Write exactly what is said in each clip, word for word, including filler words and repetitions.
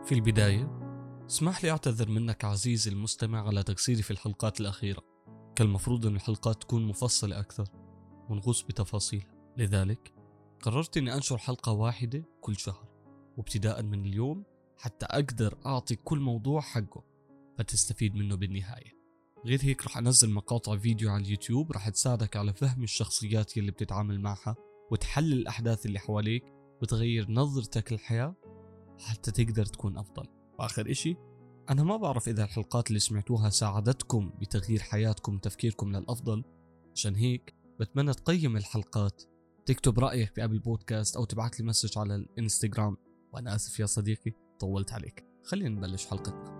في البداية اسمح لي أعتذر منك عزيزي المستمع على تقصيري في الحلقات الأخيرة. كان المفروض أن الحلقات تكون مفصلة أكثر ونغوص بتفاصيلها، لذلك قررت أني أنشر حلقة واحدة كل شهر، وابتداء من اليوم حتى أقدر أعطي كل موضوع حقه فتستفيد منه بالنهاية. غير هيك رح أنزل مقاطع فيديو على اليوتيوب رح تساعدك على فهم الشخصيات اللي بتتعامل معها وتحلل الأحداث اللي حواليك وتغير نظرتك للحياة حتى تقدر تكون أفضل. وآخر إشي، أنا ما بعرف إذا الحلقات اللي سمعتوها ساعدتكم بتغيير حياتكم وتفكيركم للأفضل، عشان هيك بتمنى تقيم الحلقات، تكتب رأيك بأبل بودكاست أو تبعت لي مسج على الإنستغرام. وأنا آسف يا صديقي طولت عليك، خلينا نبلش حلقتنا.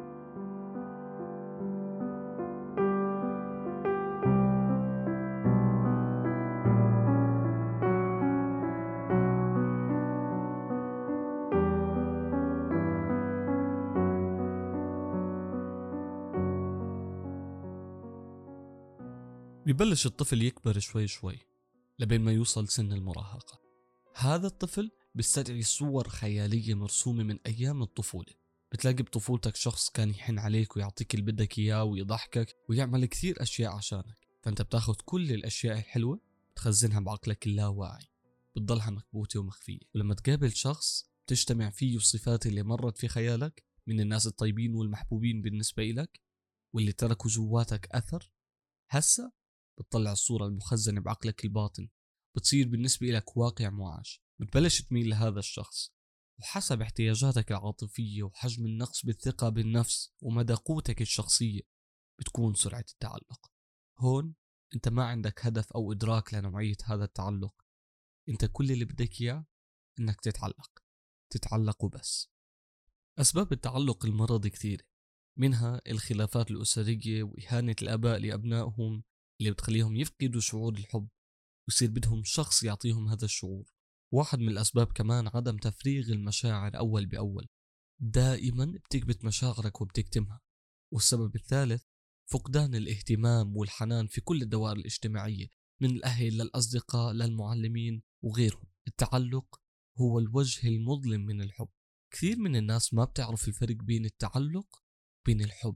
بيبلش الطفل يكبر شوي شوي لبين ما يوصل سن المراهقة. هذا الطفل بيستدعي صور خيالية مرسومة من أيام الطفولة. بتلاقي بطفولتك شخص كان يحن عليك ويعطيك اللي بدك إياه ويضحكك ويعمل كثير أشياء عشانك، فأنت بتاخد كل الأشياء الحلوة تخزنها بعقلك اللاواعي، بتضلها مكبوتة ومخفية. ولما تقابل شخص تجتمع فيه الصفات اللي مرت في خيالك من الناس الطيبين والمحبوبين بالنسبة إلك واللي تركوا جواتك أثر، هسا بتطلع الصورة المخزنة بعقلك الباطن، بتصير بالنسبة لك واقع معاش. بتبلش تميل لهذا الشخص وحسب احتياجاتك العاطفية وحجم النقص بالثقة بالنفس ومدى قوتك الشخصية بتكون سرعة التعلق. هون انت ما عندك هدف او ادراك لنوعية هذا التعلق، انت كل اللي بدك اياه انك تتعلق تتعلق وبس. اسباب التعلق المرضي كثيرة، منها الخلافات الأسرية وإهانة الآباء لأبنائهم اللي بتخليهم يفقدوا شعور الحب ويصير بدهم شخص يعطيهم هذا الشعور. واحد من الأسباب كمان عدم تفريغ المشاعر أول بأول، دائما بتكبت مشاعرك وبتكتمها. والسبب الثالث فقدان الاهتمام والحنان في كل الدوائر الاجتماعية، من الأهل للأصدقاء للمعلمين وغيرهم. التعلق هو الوجه المظلم من الحب. كثير من الناس ما بتعرف الفرق بين التعلق بين الحب.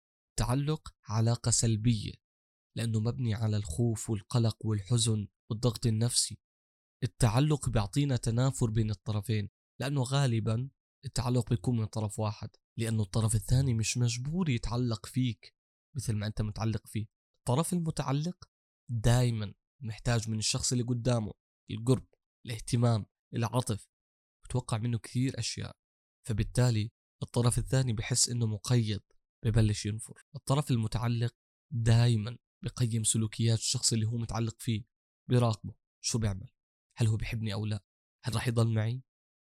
التعلق علاقة سلبية لأنه مبني على الخوف والقلق والحزن والضغط النفسي. التعلق بيعطينا تنافر بين الطرفين، لأنه غالبا التعلق بيكون من طرف واحد، لأنه الطرف الثاني مش مجبور يتعلق فيك مثل ما أنت متعلق فيه. الطرف المتعلق دايما محتاج من الشخص اللي قدامه القرب، الاهتمام، العطف، بتوقع منه كثير أشياء، فبالتالي الطرف الثاني بحس إنه مقيد، ببلش ينفر. الطرف المتعلق دايما بقيم سلوكيات الشخص اللي هو متعلق فيه، بيراقبه شو بيعمل، هل هو بيحبني أو لا، هل راح يضل معي.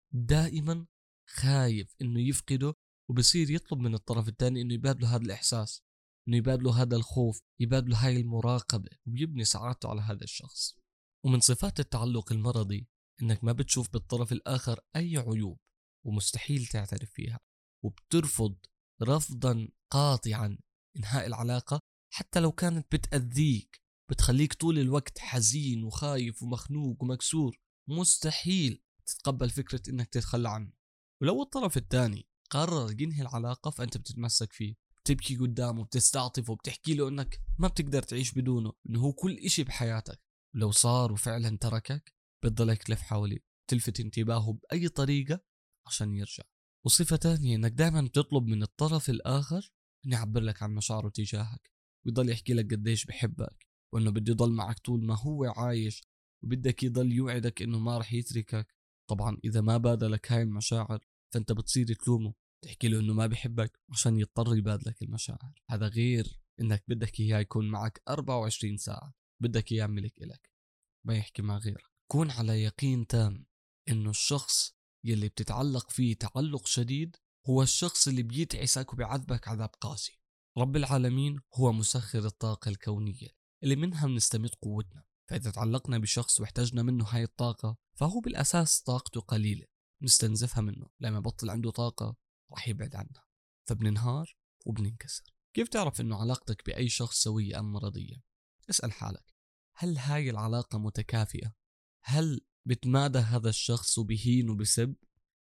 دائما خايف إنه يفقده، وبصير يطلب من الطرف الثاني إنه يبادله هذا الإحساس، إنه يبادله هذا الخوف، يبادله هاي المراقبة، وبيبني سعادته على هذا الشخص. ومن صفات التعلق المرضي إنك ما بتشوف بالطرف الآخر أي عيوب ومستحيل تعترف فيها، وبترفض رفضا قاطعا إنهاء العلاقة حتى لو كانت بتأذيك، بتخليك طول الوقت حزين وخايف ومخنوق ومكسور. مستحيل تتقبل فكرة إنك تتخلى عنه. ولو الطرف الثاني قرر ينهي العلاقة فأنت بتتمسك فيه، بتبكي قدامه، بتستعطفه، بتحكي له إنك ما بتقدر تعيش بدونه، إنه هو كل إشي بحياتك. ولو صار وفعلا تركك بتضلك تلف حواليه، تلفت انتباهه بأي طريقة عشان يرجع. وصفة تانية إنك دائما بتطلب من الطرف الآخر إنه يعبر لك عن مشاعره تجاهك، ويضل يحكي لك قديش بحبك وإنه بده يضل معك طول ما هو عايش، وبدك يضل يوعدك إنه ما رح يتركك. طبعا إذا ما بادلك هاي المشاعر فأنت بتصير تلومه، تحكي له إنه ما بحبك عشان يضطر يبادلك المشاعر. هذا غير إنك بدك إياه يكون معك أربعة وعشرين ساعة، بدك إياه ملك إلك، ما يحكي مع غيرك. كون على يقين تام إنه الشخص يلي بتتعلق فيه تعلق شديد هو الشخص اللي بيتعسك وبيعذبك عذاب قاسي. رب العالمين هو مسخر الطاقة الكونية اللي منها بنستمد قوتنا، فإذا تعلقنا بشخص واحتاجنا منه هاي الطاقة فهو بالأساس طاقته قليلة، نستنزفها منه. لما بطل عنده طاقة راح يبعد عنها، فبننهار وبننكسر. كيف تعرف إنه علاقتك بأي شخص سوية أم مرضية؟ اسأل حالك، هل هاي العلاقة متكافئة؟ هل بتمادى هذا الشخص وبهين وبسب؟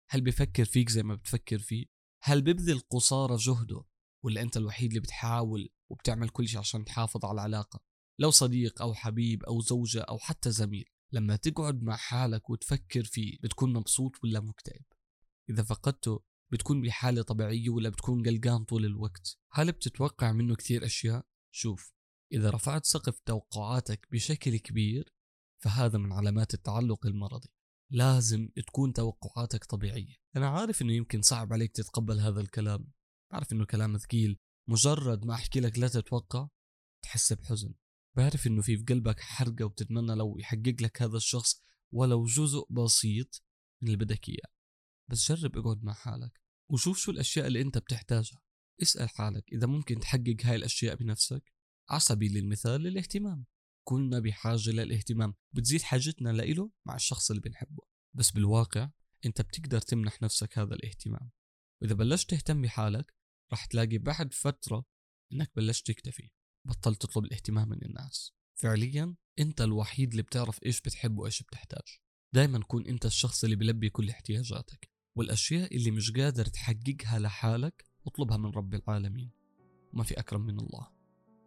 هل بفكر فيك زي ما بتفكر فيه؟ هل ببذل قصارى جهده؟ ولا أنت الوحيد اللي بتحاول وبتعمل كل شيء عشان تحافظ على العلاقة؟ لو صديق أو حبيب أو زوجة أو حتى زميل، لما تقعد مع حالك وتفكر فيه بتكون مبسوط ولا مكتئب؟ إذا فقدته بتكون بحالة طبيعية ولا بتكون قلقان طول الوقت؟ هل بتتوقع منه كثير أشياء؟ شوف، إذا رفعت سقف توقعاتك بشكل كبير فهذا من علامات التعلق المرضي. لازم تكون توقعاتك طبيعية. أنا عارف إنه يمكن صعب عليك تتقبل هذا الكلام، بعرف إنه كلام ثقيل. مجرد ما أحكي لك لا تتوقع تحس بحزن. بعرف إنه في في قلبك حرقة وبتتمنى لو يحقق لك هذا الشخص ولو جزء بسيط من اللي بدك إياه. بس جرب اقعد مع حالك وشوف شو الأشياء اللي أنت بتحتاجها. اسأل حالك إذا ممكن تحقق هاي الأشياء بنفسك. على سبيل المثال الاهتمام، كلنا بحاجة للاهتمام، بتزيد حاجتنا لإله مع الشخص اللي بنحبه. بس بالواقع أنت بتقدر تمنح نفسك هذا الاهتمام، وإذا بلشت تهتم بحالك رح تلاقي بعد فترة إنك بلشت تكتفي، بطلت تطلب الاهتمام من الناس. فعليا أنت الوحيد اللي بتعرف إيش بتحب وإيش بتحتاج. دايما كون أنت الشخص اللي بلبي كل احتياجاتك، والأشياء اللي مش قادر تحققها لحالك اطلبها من رب العالمين، وما في أكرم من الله.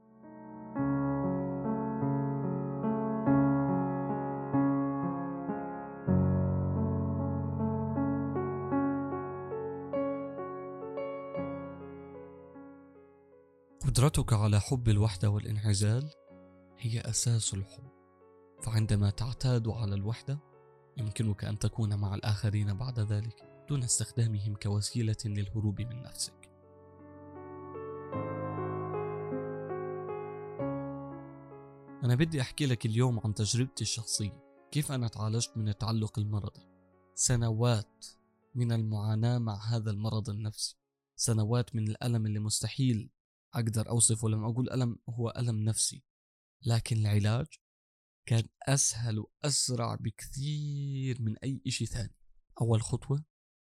قدرتك على حب الوحدة والانعزال هي أساس الحب، فعندما تعتاد على الوحدة يمكنك أن تكون مع الآخرين بعد ذلك دون استخدامهم كوسيلة للهروب من نفسك. أنا بدي أحكي لك اليوم عن تجربتي الشخصية، كيف أنا تعالجت من التعلق المرضي. سنوات من المعاناة مع هذا المرض النفسي، سنوات من الألم اللي مستحيل أقدر أوصفه. لما أقول ألم هو ألم نفسي، لكن العلاج كان أسهل وأسرع بكثير من أي إشي ثاني. أول خطوة،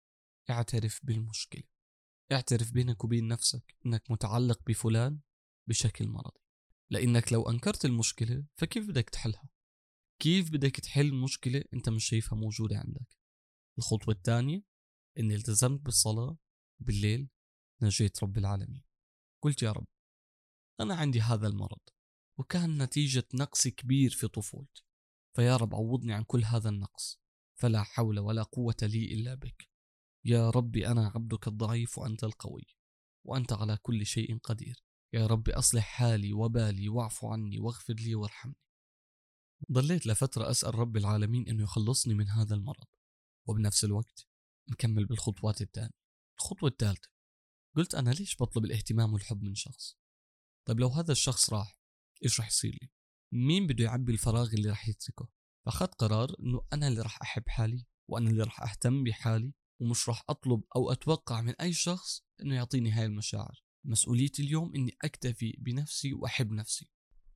اعترف بالمشكلة. اعترف بينك وبين نفسك أنك متعلق بفلان بشكل مرضي، لأنك لو أنكرت المشكلة فكيف بدك تحلها؟ كيف بدك تحل مشكلة أنت مش شايفها موجودة عندك؟ الخطوة الثانية، أني التزمت بالصلاة بالليل، نجيت رب العالمين. قلت يا رب أنا عندي هذا المرض وكان نتيجة نقص كبير في طفولتي، فيا رب عوضني عن كل هذا النقص، فلا حول ولا قوة لي إلا بك. يا ربي أنا عبدك الضعيف وأنت القوي، وأنت على كل شيء قدير. يا ربي أصلح حالي وبالي واعف عني واغفر لي وارحمني. ضليت لفترة أسأل رب العالمين أنه يخلصني من هذا المرض، وبنفس الوقت مكمل بالخطوات الثانية. الخطوة الثالثة، قلت أنا ليش بطلب الاهتمام والحب من شخص؟ طيب لو هذا الشخص راح إيش رح يصير لي؟ مين بده يعبي الفراغ اللي رح يتركه؟ فأخذت قرار أنه أنا اللي رح أحب حالي، وأنا اللي رح أهتم بحالي، ومش رح أطلب أو أتوقع من أي شخص أنه يعطيني هاي المشاعر. مسؤوليتي اليوم أني أكتفي بنفسي وأحب نفسي.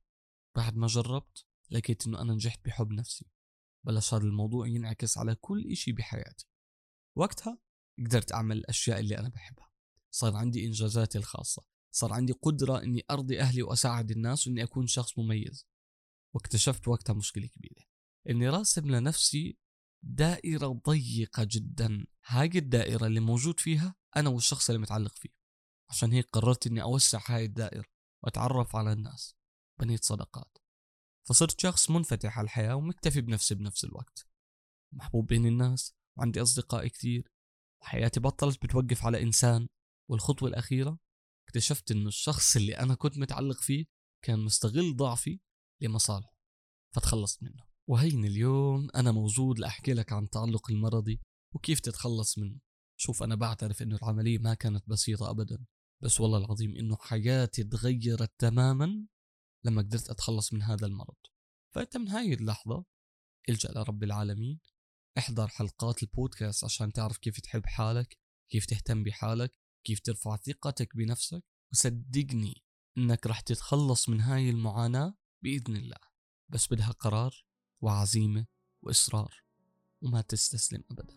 بعد ما جربت لقيت أنه أنا نجحت بحب نفسي، بلش هذا الموضوع ينعكس على كل إشي بحياتي. وقتها قدرت أعمل الأشياء اللي أنا بحبها، صار عندي إنجازاتي الخاصة، صار عندي قدرة أني أرضي أهلي وأساعد الناس وأني أكون شخص مميز. واكتشفت وقتها مشكلة كبيرة، أني راسم لنفسي دائرة ضيقة جدا. هاي الدائرة اللي موجود فيها أنا والشخص اللي متعلق فيه. عشان هيك قررت أني أوسع هاي الدائرة وأتعرف على الناس، بنيت صداقات، فصرت شخص منفتح على الحياة ومكتفي بنفسي بنفس الوقت، محبوب بين الناس وعندي أصدقاء كتير، وحياتي بطلت بتوقف على إنسان. والخطوة الأخيرة، اكتشفت إنه الشخص اللي أنا كنت متعلق فيه كان مستغل ضعفي لمصالحه، فتخلصت منه. وهين اليوم أنا موجود لأحكي لك عن التعلق المرضي وكيف تتخلص منه. شوف أنا بعترف إنه العملية ما كانت بسيطة أبدا، بس والله العظيم إنه حياتي تغيرت تماما لما قدرت أتخلص من هذا المرض. فأنت من هاي اللحظة الجأ لرب العالمين، احضر حلقات البودكاست عشان تعرف كيف تحب حالك، كيف تهتم بحالك، كيف ترفع ثقتك بنفسك، وصدقني انك رح تتخلص من هاي المعاناة بإذن الله. بس بدها قرار وعزيمة وإصرار، وما تستسلم أبدا.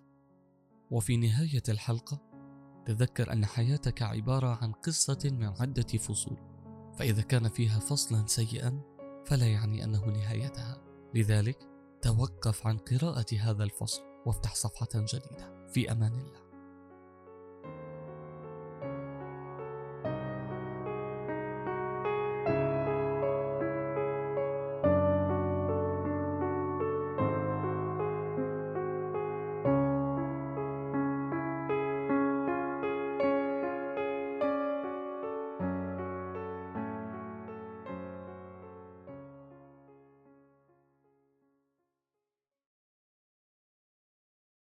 وفي نهاية الحلقة تذكر أن حياتك عبارة عن قصة من عدة فصول، فإذا كان فيها فصلا سيئا فلا يعني أنه نهايتها. لذلك توقف عن قراءة هذا الفصل وافتح صفحة جديدة. في أمان الله.